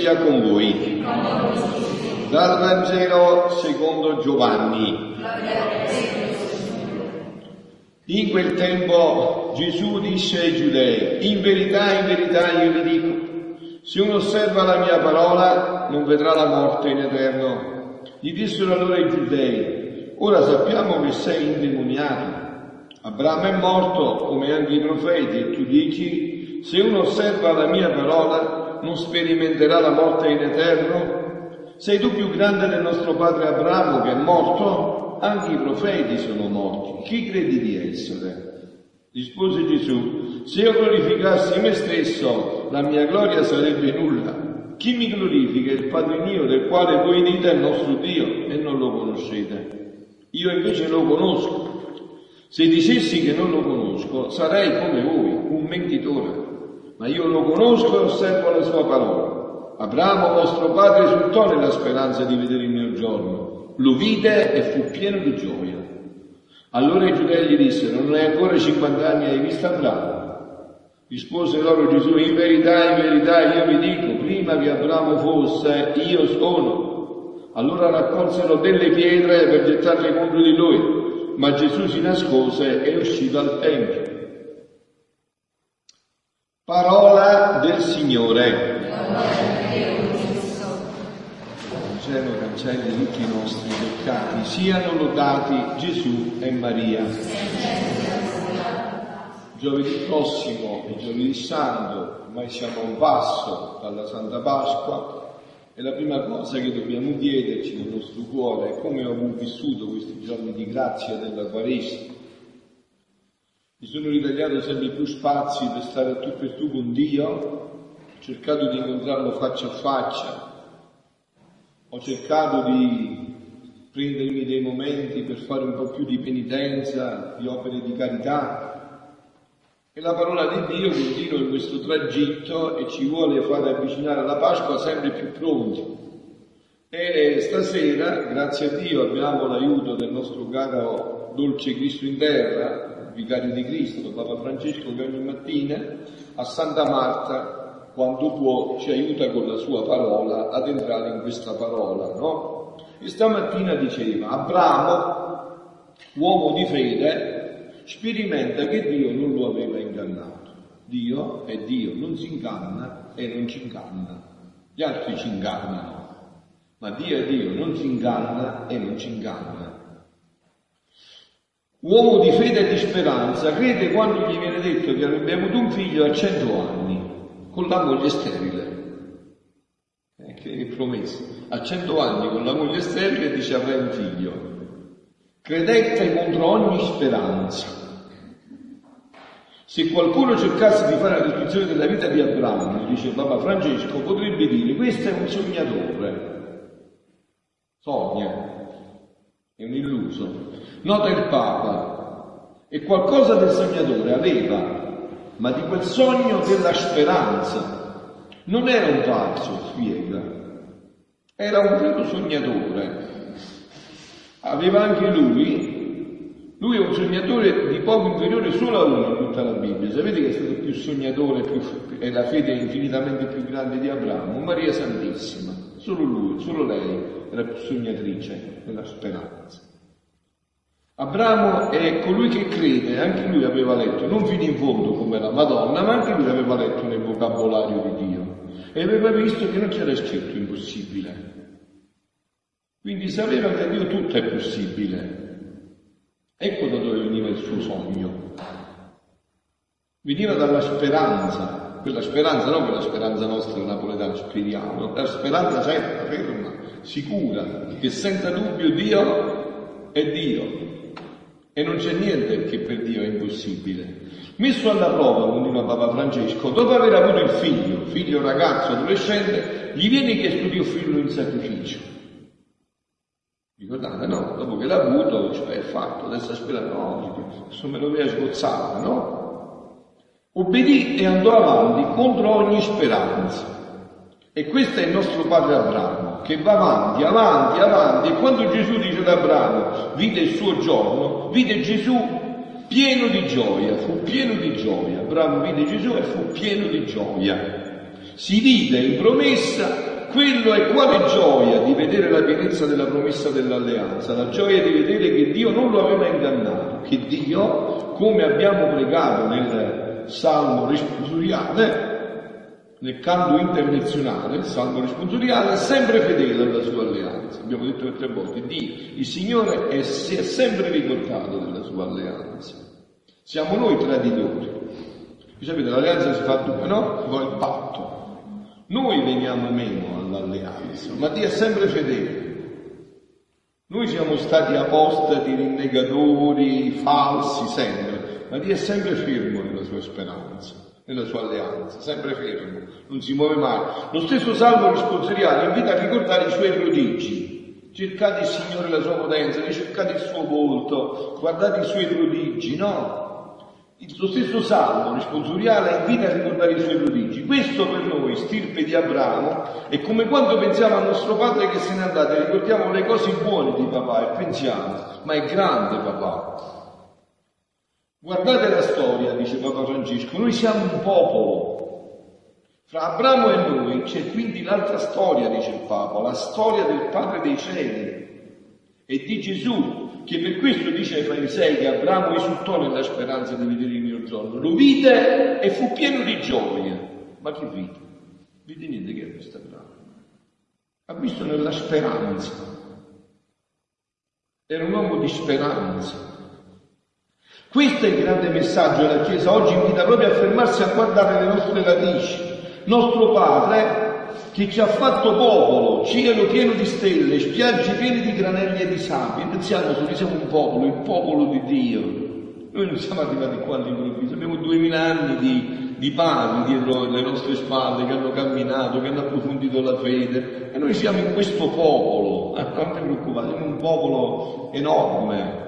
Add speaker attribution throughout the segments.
Speaker 1: sia con voi. Dal Vangelo secondo Giovanni. In quel tempo Gesù disse ai Giudei: in verità io vi dico, se uno osserva la mia parola non vedrà la morte in eterno. Gli dissero allora i Giudei: ora sappiamo che sei indemoniato. Abramo è morto come anche i profeti, e tu dici: se uno osserva la mia parola non sperimenterà la morte in eterno? Sei tu più grande del nostro padre Abramo che è morto? Anche i profeti sono morti. Chi credi di essere? Rispose Gesù: se io glorificassi me stesso, la mia gloria sarebbe nulla. Chi mi glorifica è il Padre mio, del quale voi dite è il nostro Dio, e non lo conoscete. Io invece lo conosco. Se dicessi che non lo conosco, sarei come voi, un mentitore. Ma io lo conosco e osservo la sua parola. Abramo, vostro padre, esultò nella speranza di vedere il mio giorno. Lo vide e fu pieno di gioia. Allora i Giudei gli dissero: non hai ancora 50 anni e hai visto Abramo? Rispose loro Gesù: in verità io vi dico, prima che Abramo fosse, io sono. Allora raccolsero delle pietre per gettarle contro di lui, ma Gesù si nascose e uscì dal tempio. Parola del Signore. Vangelo cancelli tutti i nostri peccati, siano lodati Gesù e Maria. Giovedì prossimo è giovedì santo, ormai siamo a un passo dalla Santa Pasqua, e la prima cosa che dobbiamo chiederci nel nostro cuore è come ho vissuto questi giorni di grazia della Quaresima. Mi sono ritagliato sempre più spazi per stare a tu per tu con Dio, ho cercato di incontrarlo faccia a faccia, ho cercato di prendermi dei momenti per fare un po' più di penitenza, di opere di carità, e la parola di Dio continua in questo tragitto e ci vuole fare avvicinare alla Pasqua sempre più pronti. E stasera, grazie a Dio, abbiamo l'aiuto del nostro caro dolce Cristo in terra, vicario di Cristo, Papa Francesco, che ogni mattina a Santa Marta, quando può, ci aiuta con la sua parola ad entrare in questa parola, no? E stamattina diceva: Abramo, uomo di fede, sperimenta che Dio non lo aveva ingannato. Dio è Dio, non si inganna e non ci inganna. Gli altri ci ingannano, ma Dio è Dio, non si inganna e non ci inganna. Uomo di fede e di speranza, crede quando gli viene detto che avrebbe avuto un figlio a 100 anni, con la moglie sterile. Che promessa! A 100 anni con la moglie sterile dice avrai un figlio. Credette contro ogni speranza. Se qualcuno cercasse di fare la descrizione della vita di Abramo, dice Papa Francesco, potrebbe dire: questo è un sognatore. Sogna. È un illuso. Nota il Papa, e qualcosa del sognatore aveva, ma di quel sogno della speranza. Non era un pazzo, spiega, era un vero sognatore. Aveva anche lui è un sognatore di poco inferiore solo a uno in tutta la Bibbia. Sapete che è stato più sognatore, e la fede è infinitamente più grande di Abramo? Maria Santissima, solo lui, solo lei era più sognatrice della speranza. Abramo è colui che crede, anche lui aveva letto, non fino in fondo come la Madonna, ma anche lui aveva letto nel vocabolario di Dio e aveva visto che non c'era scritto impossibile. Quindi sapeva che a Dio tutto è possibile. Ecco da dove veniva il suo sogno. Veniva dalla speranza, quella speranza, non quella speranza nostra napoletana, speriamo, la speranza certa, ferma, sicura, che senza dubbio Dio è Dio. E non c'è niente che per Dio è impossibile. Messo alla prova, continua Papa Francesco, dopo aver avuto il figlio ragazzo, adolescente, gli viene chiesto di offrirlo in sacrificio. Ricordate, no? Dopo che l'ha avuto, cioè è fatto, adesso aspetta, no, adesso me lo viene sgozzata, no? Obbedì e andò avanti contro ogni speranza. E questo è il nostro padre Abramo, che va avanti, avanti, avanti, e quando Gesù dice ad Abramo, vide il suo giorno, vide Gesù pieno di gioia, fu pieno di gioia. Abramo vide Gesù e fu pieno di gioia. Si vide in promessa Quello è quale gioia di vedere la pienezza della promessa dell'alleanza, la gioia di vedere che Dio non lo aveva ingannato, che Dio, come abbiamo pregato nel Salmo responsoriale, nel canto internazionale, il Salmo responsoriale, è sempre fedele alla sua alleanza. Abbiamo detto per 3 volte, Dio, il Signore si è sempre ricordato della sua alleanza. Siamo noi traditori. Voi sapete, l'alleanza si fa 2, no? Poi il patto. Noi veniamo meno all'alleanza, ma Dio è sempre fedele. Noi siamo stati apostati, rinnegatori, falsi, sempre, ma Dio è sempre fermo nella sua speranza, nella sua alleanza, sempre fermo, non si muove mai. Lo stesso Salmo responsoriale invita a ricordare i suoi prodigi. Cercate il Signore e la sua potenza, ricercate il suo volto, guardate i suoi prodigi, no? Lo stesso Salmo responsoriale invita a ricordare i suoi prodigi. Questo per noi, stirpe di Abramo, è come quando pensiamo al nostro padre che se n'è andato e ricordiamo le cose buone di papà e pensiamo, ma è grande papà. Guardate la storia, dice Papa Francesco, noi siamo un popolo. Fra Abramo e noi c'è quindi l'altra storia, dice il Papa, la storia del Padre dei cieli e di Gesù, che per questo dice ai farisei che Abramo esultò nella speranza di vedere il mio giorno, lo vide e fu pieno di gioia. Ma che vide? Vide niente, che ha visto Abramo? Ha visto nella speranza. Era un uomo di speranza. Questo è il grande messaggio della Chiesa. Oggi invita proprio a fermarsi a guardare le nostre radici. Nostro Padre che ci ha fatto popolo, cielo pieno di stelle, spiagge piene di granelli e di sabbia. Pensiamo, noi siamo un popolo, il popolo di Dio. Noi non siamo arrivati qua all'improvviso, abbiamo 2000 anni di padri dietro le nostre spalle che hanno camminato, che hanno approfondito la fede, e noi siamo in questo popolo. Non vi preoccupate, siamo un popolo enorme.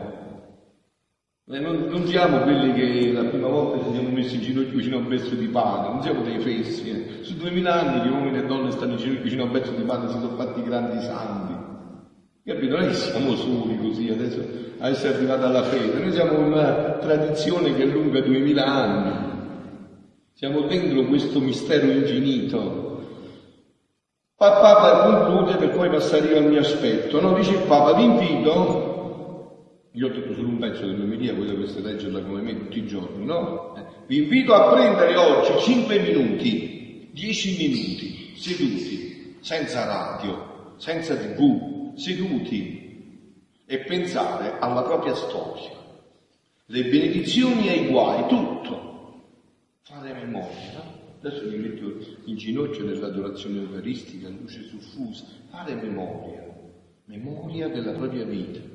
Speaker 1: Non siamo quelli che la prima volta ci siamo messi in ginocchio vicino a un pezzo di pane, non siamo dei fessi. Su 2000 anni gli uomini e donne stanno in ginocchio vicino a un pezzo di pane, si sono fatti grandi santi. Capito? Non è che siamo soli così adesso a essere arrivati alla fede, noi siamo una tradizione che è lunga 2000 anni. Siamo dentro questo mistero infinito. Papa conclude per poi passare io al mio aspetto. No, dice il Papa, vi invito. Io ho detto solo un pezzo dell'omelia, voi dovreste leggerla come me tutti i giorni, no? Vi invito a prendere oggi 5 minuti, 10 minuti, seduti, senza radio, senza TV, seduti, e pensare alla propria storia, le benedizioni e i guai, tutto. Fare memoria, no? Adesso mi metto in ginocchio nell'adorazione eucaristica, luce suffusa, fare memoria della propria vita.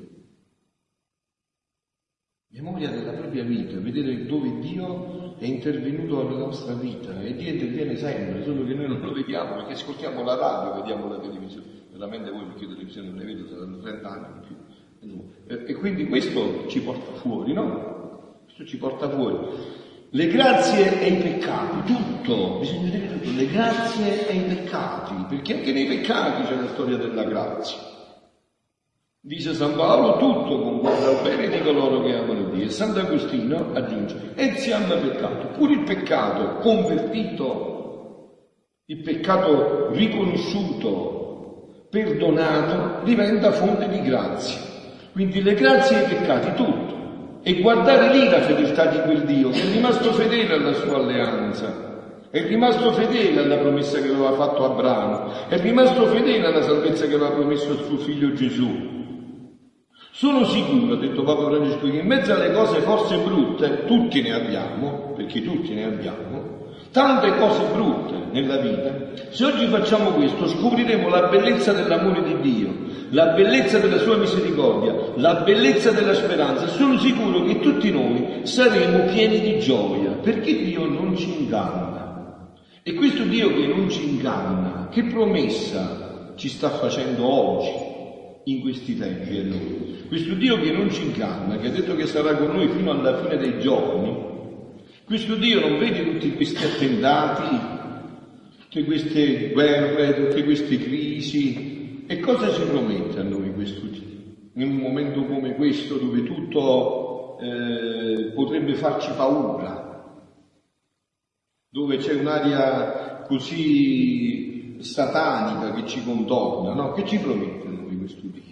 Speaker 1: Memoria della propria vita, vedere dove Dio è intervenuto nella nostra vita, e Dio interviene sempre, solo che noi non lo vediamo perché ascoltiamo la radio, vediamo la televisione. Veramente voi, perché la televisione non ne vedo, saranno 30 anni in più. E quindi questo ci porta fuori, no? Questo ci porta fuori. Le grazie e i peccati, tutto, bisogna dire tutto, le grazie e i peccati, perché anche nei peccati c'è la storia della grazia. Dice San Paolo, tutto concorre al bene di coloro che amano Dio. E Sant'Agostino aggiunge, siamo peccato, pure il peccato convertito, il peccato riconosciuto, perdonato, diventa fonte di grazia. Quindi le grazie e i peccati, tutto. E guardare lì la fedeltà di quel Dio che è rimasto fedele alla sua alleanza, è rimasto fedele alla promessa che aveva fatto Abramo, è rimasto fedele alla salvezza che aveva promesso al suo figlio Gesù. Sono sicuro, ha detto Papa Francesco, che in mezzo alle cose forse brutte, tutti ne abbiamo, perché tutti ne abbiamo, tante cose brutte nella vita, se oggi facciamo questo scopriremo la bellezza dell'amore di Dio, la bellezza della sua misericordia, la bellezza della speranza. Sono sicuro che tutti noi saremo pieni di gioia, perché Dio non ci inganna. E questo Dio che non ci inganna, che promessa ci sta facendo oggi, in questi tempi a noi? Questo Dio che non ci inganna, che ha detto che sarà con noi fino alla fine dei giorni, questo Dio non vede tutti questi attentati, tutte queste guerre, tutte queste crisi. E cosa ci promette a noi questo Dio? In un momento come questo, dove tutto potrebbe farci paura, dove c'è un'aria così satanica che ci contorna, no? Che ci promette noi questo Dio?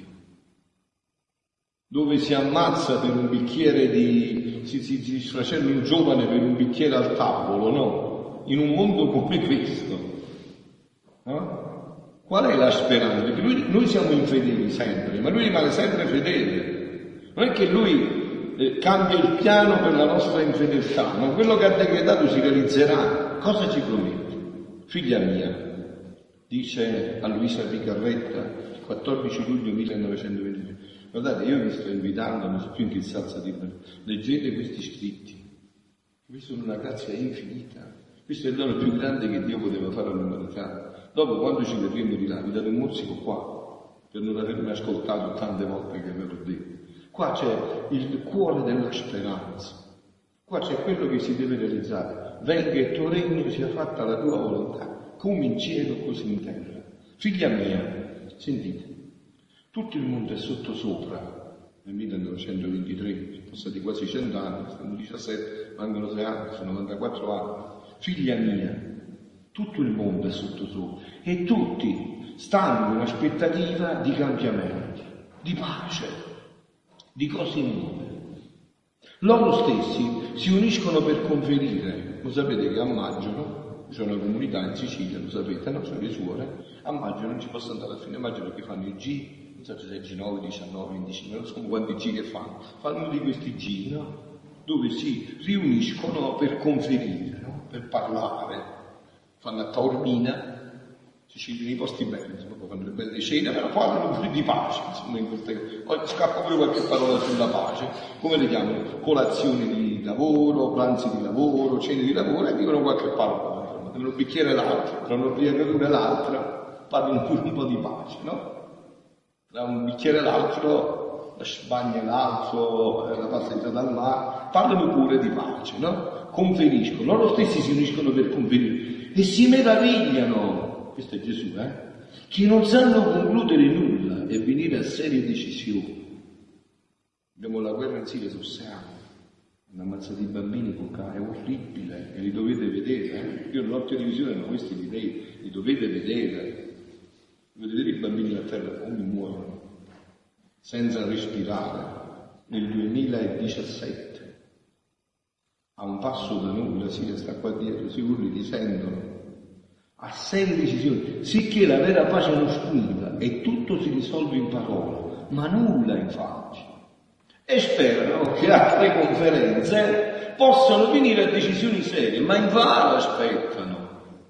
Speaker 1: Dove si ammazza per un bicchiere si sfracella un giovane per un bicchiere al tavolo, no? In un mondo come questo, no? Qual è la speranza? Perché noi siamo infedeli sempre, ma lui rimane sempre fedele. Non è che lui cambia il piano per la nostra infedeltà, ma quello che ha decretato si realizzerà. Cosa ci promette? Figlia mia, dice a Luisa Picarretta, il 14 luglio 1923. Guardate, io vi sto invitando, non so più in che salsa di leggete questi scritti. Questa è una grazia infinita. Questo è il dono più grande che Dio poteva fare all'umanità. Dopo, quando ci vedremo di là, vi date un mozzico qua, per non avermi ascoltato tante volte che ve l'ho detto. Qua c'è il cuore della speranza. Qua c'è quello che si deve realizzare. Venga il tuo regno, sia fatta la tua volontà, come in cielo così in terra. Figlia mia, sentite, tutto il mondo è sottosopra. Nel 1923, sono passati quasi 100 anni, stanno 17, mancano 3 anni, sono 94 anni. Figlia mia, tutto il mondo è sottosopra e tutti stanno in aspettativa di cambiamenti, di pace, di cose nuove. Loro stessi si uniscono per conferire. Lo sapete che a maggio, no? C'è una comunità in Sicilia, lo sapete, no? Sono le suore. A maggio non ci posso andare a fine maggio perché fanno i G, non so se è G9, 19, 25, non so quanti G che fanno. Fanno di questi G, no? Dove si riuniscono per conferire, no? Per parlare. Fanno a Taormina, Sicilia, nei posti belli, insomma, fanno le belle cene, però parlano pure di pace, insomma, in queste... Scappa pure qualche parola sulla pace, come le chiamano? Colazioni di lavoro, pranzi di lavoro, cene di lavoro, e dicono qualche parola, insomma, tra un bicchiere e l'altro, tra un'orriacatura e l'altra, parlano pure un po' di pace, no? Tra un bicchiere e l'altro, la sbagna e l'altro, la passeggiata al mare, parlano pure di pace, no? Conferiscono, loro stessi si uniscono per conferire e si meravigliano. Questo è Gesù, che non sanno concludere nulla e venire a serie decisioni. Abbiamo la guerra in Siria sul 6 anni, hanno ammazzato i bambini con è orribile, e li dovete vedere. Io nell'occhio di visione non questi li dovete vedere. Dovete vedere i bambini a terra come muoiono, senza respirare. Nel 2017, a un passo da noi, la Siria sta qua dietro, si urli, ti sentono. A serie decisioni, sicché la vera pace non squilla e tutto si risolve in parole, ma nulla in fatti. E sperano che altre conferenze possano venire a decisioni serie, ma invano aspettano.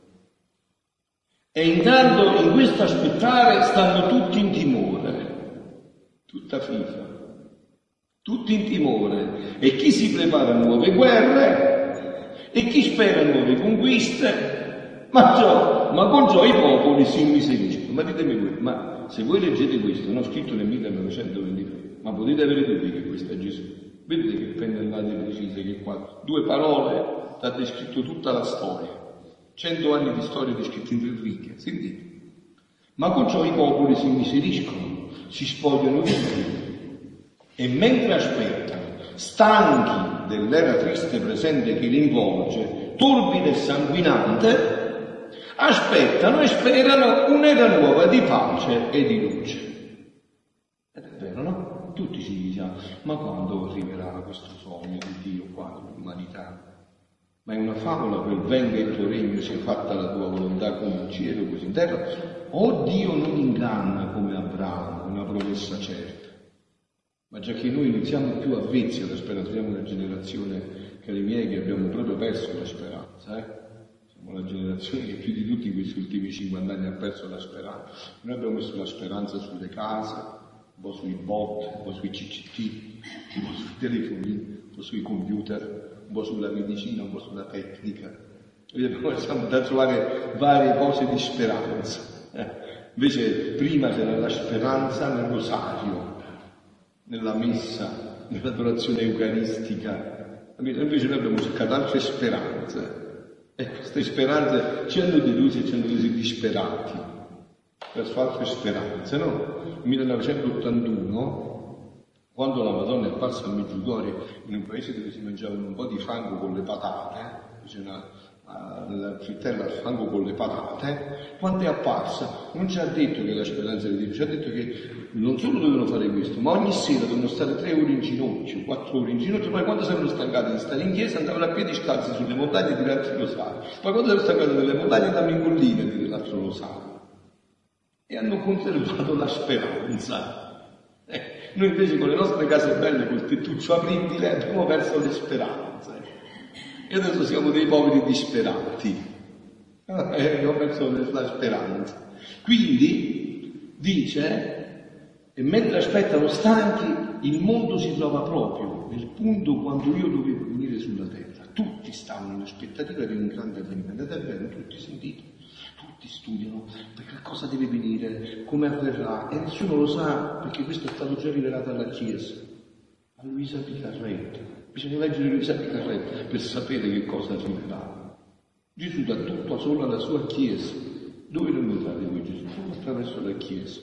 Speaker 1: E intanto in questo aspettare stanno tutti in timore, tutta FIFA, tutti in timore, e chi si prepara a nuove guerre e chi spera nuove conquiste. Ma con ciò i popoli si immiseriscono. Ma ditemi voi, ma se voi leggete questo, non scritto nel 1923, ma potete avere dubbi che questo è Gesù? Vedete che pennellate precise, che qua 2 parole ha descritto tutta la storia. 100 anni di storia descritti in 3 righe, sentite. Ma con ciò i popoli si immiseriscono, si spogliano di Dio. E mentre aspettano, stanchi dell'era triste presente che li involge, turbida e sanguinante, aspettano e sperano un'era nuova di pace e di luce. Ed è vero, no? Tutti ci diciamo, ma quando arriverà questo sogno di Dio qua nell'umanità? Ma è una favola quel venga il tuo regno, sia fatta la tua volontà come in cielo così in terra? O Dio non inganna come Abramo, una promessa certa? Ma già che noi non siamo più avvezzi alla speranza, siamo una generazione, cari miei, che abbiamo proprio perso la speranza, Siamo la generazione che più di tutti in questi ultimi 50 anni ha perso la speranza. Noi abbiamo messo la speranza sulle case, un po' sui bot, un po' sui CCT, un po' sui telefoni, un po' sui computer, un po' sulla medicina, un po' sulla tecnica. Siamo da trovare varie cose di speranza. Invece prima c'era la speranza nel rosario, nella messa, nell'adorazione eucaristica. Invece noi abbiamo cercato altre speranze. E queste speranze ci hanno delusi e ci hanno resi disperati verso altre speranze, no? Nel 1981, quando la Madonna è apparsa a Medjugorje, in un paese dove si mangiavano un po' di fango con le patate, c'è una la frittella al fango con le patate, quando è apparsa non ci ha detto che la speranza di Dio, ci ha detto che non solo dovevano fare questo, ma ogni sera dovevano stare 3 ore in ginocchio, 4 ore in ginocchio, poi quando saranno stancati di stare in chiesa andavano a piedi scalzi sulle montagne a dire l'altro rosario, poi quando erano stancati delle montagne andavano in collina a dire l'altro rosario, e hanno conservato la speranza. Noi invece con le nostre case belle, col tettuccio apribile, abbiamo perso le speranze. E adesso siamo dei poveri disperati. Abbiamo perso la speranza. Quindi, dice, e mentre aspettano stanchi, il mondo si trova proprio nel punto quando io dovevo venire sulla terra. Tutti stavano in aspettativa di un grande avvenimento. Ed è vero, tutti sentite. Tutti studiano perché cosa deve venire, come avverrà, e nessuno lo sa perché questo è stato già rivelato alla Chiesa, a Luisa Picarretta. Bisogna leggere Luisa Picarretta per sapere che cosa ha rivelato. Gesù dà tutto solo alla sua Chiesa. Dove lo notate voi Gesù? Solo attraverso la Chiesa.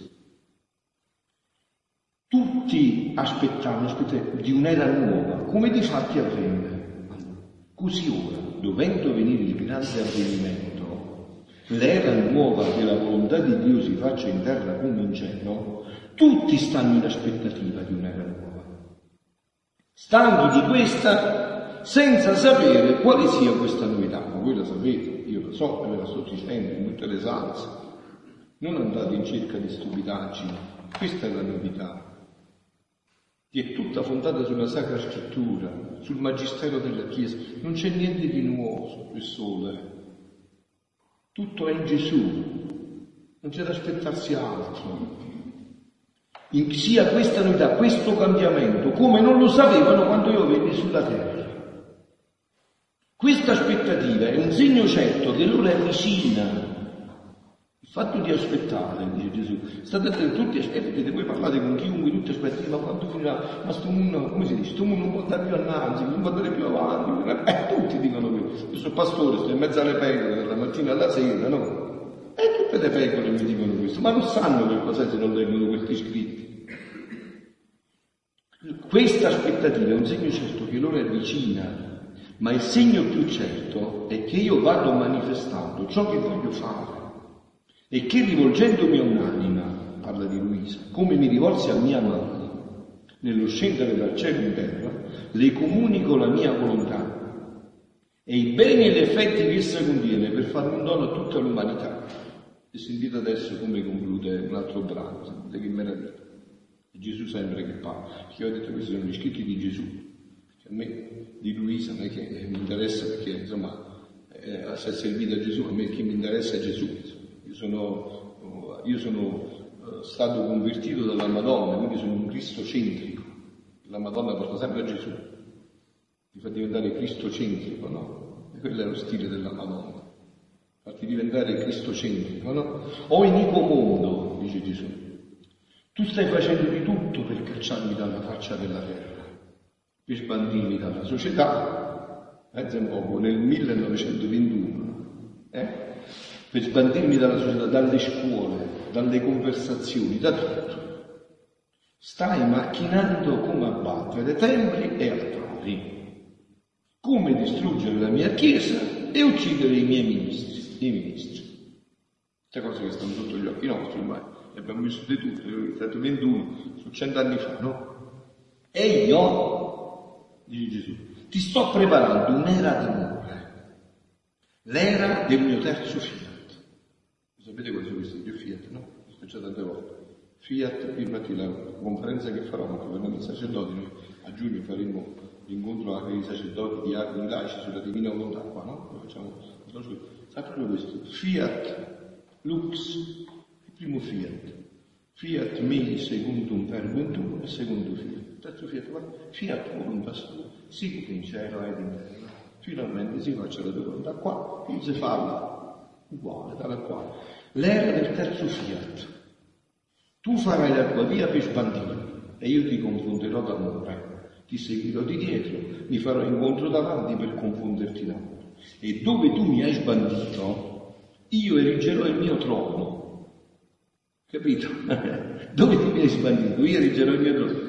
Speaker 1: Tutti aspettavano di un'era nuova, come di fatti avvenne. Così ora, dovendo venire il grande avvenimento, l'era nuova che la volontà di Dio si faccia in terra come in cielo, tutti stanno in aspettativa di un'era nuova. Stanchi di questa, senza sapere quale sia questa novità. Ma voi la sapete, io la so e ve la sto dicendo in tutte le salse. Non andate in cerca di stupidaggini, questa è la novità. Che è tutta fondata sulla Sacra Scrittura, sul Magistero della Chiesa. Non c'è niente di nuovo su quel sole. Tutto è in Gesù, non c'è da aspettarsi altro. Sia questa novità, questo cambiamento, come non lo sapevano quando io venni sulla terra. Questa aspettativa è un segno certo che l'ora è vicina. Il fatto di aspettare, dice Gesù, state tutti aspettati, voi parlate con chiunque, tutti aspettati, ma quando finirà? Ma sto mondo, come si dice, sto mondo non può andare più innanzi, non può andare più avanti, tutti dicono questo. Io sono pastore, sto in mezzo alle pecore, dalla mattina alla sera, no? E tutte le pecore mi dicono questo, ma non sanno che cos'è se non leggono questi scritti. Questa aspettativa è un segno certo che l'ora è vicina, ma il segno più certo è che io vado manifestando ciò che voglio fare. E che rivolgendomi a un'anima, parla di Luisa, come mi rivolsi a mia madre, nello scendere dal cielo in terra, le comunico la mia volontà e i beni e gli effetti che essa contiene per fare un dono a tutta l'umanità. E sentite adesso come conclude un altro brano, sapete che meraviglia. È Gesù sempre che parla, perché io ho detto questi sono gli scritti di Gesù, a me di Luisa non è che mi interessa perché insomma se è servita a Gesù, a me chi mi interessa è Gesù. Io sono stato convertito dalla Madonna, quindi sono un cristocentrico. La Madonna porta sempre a Gesù, mi fa diventare cristocentrico, no? E quello è lo stile della Madonna, farti diventare cristocentrico, no? O iniquo mondo, dice Gesù, tu stai facendo di tutto per cacciarmi dalla faccia della terra, per sbandirmi dalla società, pensa un poco, nel 1921, per sbandirmi dalla società, dalle scuole, dalle conversazioni, da tutto. Stai macchinando come abbattere templi e altari, come distruggere la mia Chiesa e uccidere i miei ministri. Queste cose che stanno sotto gli occhi nostri ormai, le abbiamo vissute tutte, è stato 21, su 100 anni fa, no? E io, dice Gesù, ti sto preparando un'era d'amore, l'era del mio terzo fiat. Sapete cosa sono questi due Fiat, no? L'ho già tante volte. Fiat, infatti la conferenza che farò con i sacerdoti, noi a giugno faremo l'incontro anche dei sacerdoti di laici sulla divina volontà qua, no? Lo facciamo, sa proprio questo. Fiat, lux, il primo Fiat. Fiat me secundum verbum e secondo Fiat. Terzo Fiat, Fiat voluntas tua, sicut in cielo ed in terra. Finalmente si faccia la tua volontà qua, qui si fa uguale, tale quale. L'era del terzo Fiat. Tu farai la tua via per sbandirmi e io ti confonderò d'amore. Ti seguirò di dietro, mi farò incontro davanti per confonderti d'amore. E dove tu mi hai sbandito, io erigerò il mio trono. Capito? Dove tu mi hai sbandito, io erigerò il mio trono.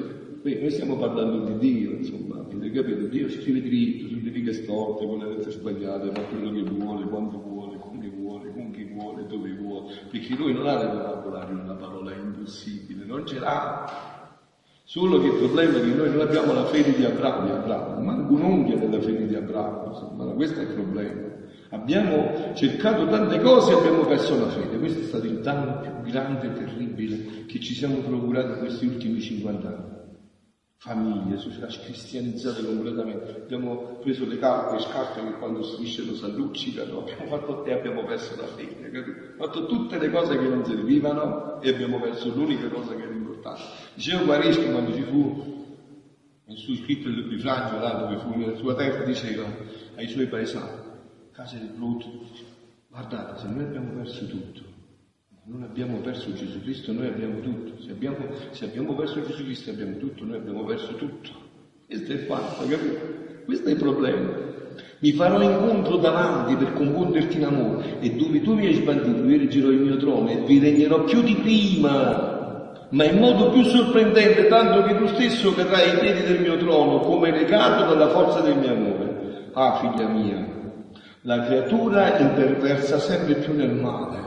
Speaker 1: Noi stiamo parlando di Dio, insomma, avete capito? Dio scrive dritto, sulle righe storte, con le lettere sbagliate, fa quello che vuole, quando vuole, come vuole, con chi vuole, dove vuole, perché lui non ha il vocabolario della parola impossibile, non ce l'ha. Solo che il problema è che noi non abbiamo la fede di Abramo, manco un'unghia della fede di Abramo, insomma, questo è il problema. Abbiamo cercato tante cose e abbiamo perso la fede. Questo è stato il danno più grande e terribile che ci siamo procurati in questi ultimi 50 anni. Famiglie, società cristianizzate completamente. Abbiamo preso le scarpe che quando strisciano s'alluccicano, abbiamo fatto e abbiamo perso la fede, capito? Abbiamo fatto tutte le cose che non servivano e abbiamo perso l'unica cosa che era importante. Diceva Guareschi quando ci fu nel suo scritto il libro di Frangio, là dove fu nella sua terra, diceva ai suoi paesani, case del Bluto, guardate, se noi abbiamo perso tutto, non abbiamo perso Gesù Cristo, noi abbiamo tutto. Se abbiamo perso Gesù Cristo abbiamo tutto, noi abbiamo perso tutto. Questo è il fatto, capito? Questo è il problema. Mi farò incontro davanti per confonderti in amore, e dove tu mi hai sbandito io reggerò il mio trono e vi regnerò più di prima, ma in modo più sorprendente, tanto che tu stesso verrai ai piedi del mio trono come legato dalla forza del mio amore. Ah, figlia mia, la creatura imperversa sempre più nel male.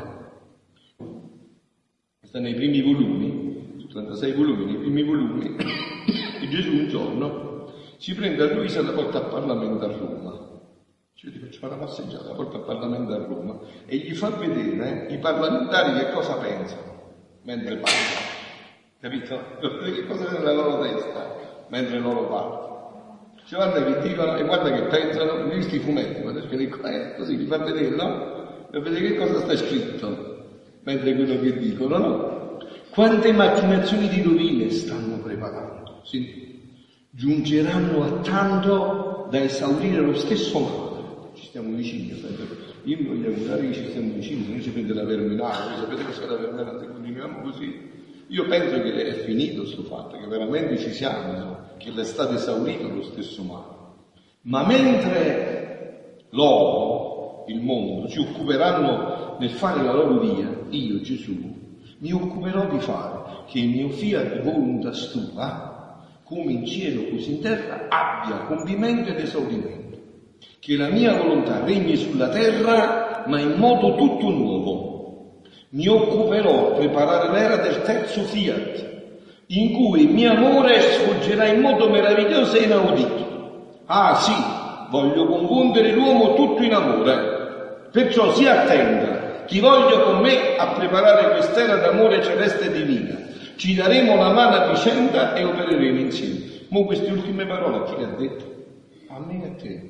Speaker 1: Sta nei primi volumi, 36 volumi, nei primi volumi, e Gesù un giorno si prende a Luisa e la porta al Parlamento a Roma. Cioè ti faccio fare una passeggiata, la porta al Parlamento a Roma e gli fa vedere i parlamentari che cosa pensano mentre parlano. Capito? Che cosa è nella loro testa mentre loro parlano. Cioè guarda che dicono e guarda che pensano, visti i fumetti, guarda che così, gli fa vedere, no? Per vedere che cosa sta scritto. Mentre quello che dicono, no? Quante macchinazioni di rovine stanno preparando, sì? Giungeranno a tanto da esaurire lo stesso male. Ci stiamo vicini, io mi voglio augurare che ci stiamo vicini, non ci prende la verminale, voi sapete cosa è la verminale, se continuiamo così. Io penso che è finito sto fatto, che veramente ci siamo, no? Che è stato esaurito lo stesso male. Ma mentre loro, il mondo, si occuperanno nel fare la loro via, io, Gesù, mi occuperò di fare che il mio fiat voluntas tua, come in cielo così in terra, abbia compimento ed esaurimento. Che la mia volontà regni sulla terra, ma in modo tutto nuovo. Mi occuperò a preparare l'era del terzo fiat, in cui il mio amore sfoggerà in modo meraviglioso e inaudito. Ah sì, voglio confondere l'uomo tutto in amore. Perciò si attenda. Ti voglio con me a preparare quest'era d'amore celeste e divina. Ci daremo la mano a vicenda e opereremo insieme. Mo queste ultime parole a chi le ha dette? A me e a te.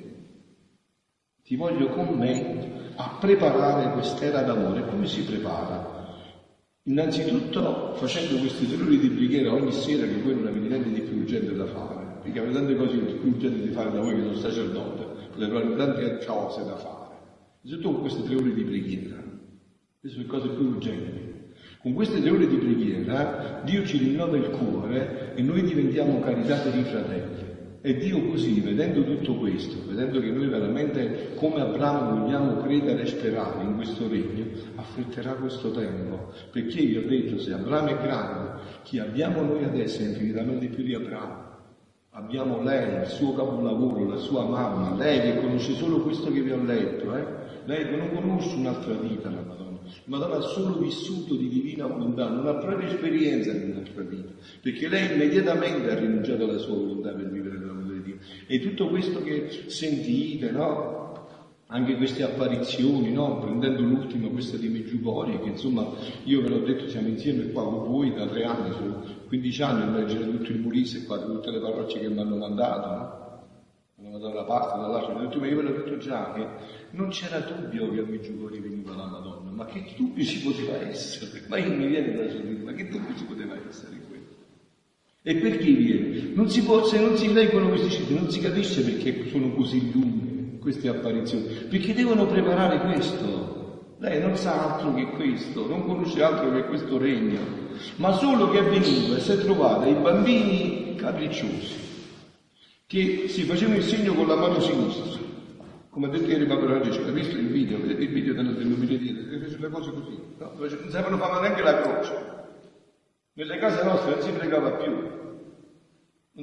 Speaker 1: Ti voglio con me a preparare quest'era d'amore. Come si prepara? Innanzitutto facendo questi 3 ore di preghiera ogni sera, che poi non avete niente di più urgente da fare, perché avete tante cose più urgenti di fare da voi che sono sacerdote, avete tante cose da fare. Innanzitutto con queste 3 ore di preghiera. Queste sono le cose più urgenti. Con queste 3 ore di preghiera Dio ci rinnova il cuore e noi diventiamo caritati di fratelli. E Dio così, vedendo tutto questo, vedendo che noi veramente come Abramo vogliamo credere e sperare in questo regno, affretterà questo tempo. Perché io ho detto, se Abramo è grande, chi abbiamo noi adesso è infinitamente più di Abramo. Abbiamo lei, il suo capolavoro, la sua mamma, lei che conosce solo questo che vi ho letto, Lei che non conosce un'altra vita, la Madonna. Madonna ha solo vissuto di divina volontà, non ha proprio esperienza di un'altra vita, perché lei immediatamente ha rinunciato alla sua volontà per vivere la volontà di Dio. E tutto questo che sentite, no? Anche queste apparizioni, no? Prendendo l'ultima, questa di Meggiugorje, che insomma, io ve l'ho detto, siamo insieme qua con voi da 3 anni, sono 15 anni a leggere tutto il Molise qua, tutte le parrocce che mi hanno mandato, no? Da una parte, dall'altra, ma io ve l'ho detto già che non c'era dubbio che a Meggiugorje veniva la Madonna, ma che dubbio ci poteva essere? Ma io mi viene da sorridere, ma che dubbio ci poteva essere in quello? E perché viene? Non si può, se non si leggono questi citi, non si capisce perché sono così lunghe queste apparizioni, perché devono preparare questo. Lei non sa altro che questo, non conosce altro che questo regno, ma solo che è venuto e si è trovata i bambini capricciosi, che si facevano il segno con la mano sinistra, come ha detto ieri Papa Francesco. Hai visto il video? Vedete il video della denominazione? Fece le cose così, no? Non sapevano fare neanche la croce. Nelle case nostre non si pregava più.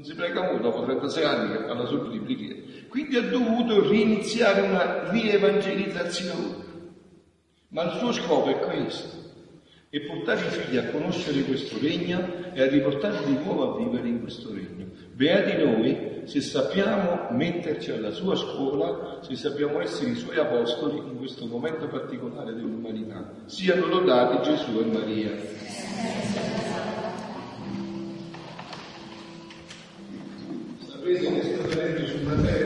Speaker 1: non si prega molto, dopo 36 anni che parla solo di preghiera. Quindi ha dovuto riniziare una rievangelizzazione. Ma il suo scopo è questo, è portare i figli a conoscere questo regno e a riportarli di nuovo a vivere in questo regno. Beati noi se sappiamo metterci alla sua scuola, se sappiamo essere i suoi apostoli in questo momento particolare dell'umanità. Siano lodati Gesù e Maria. Sapete che sto venendo su una terra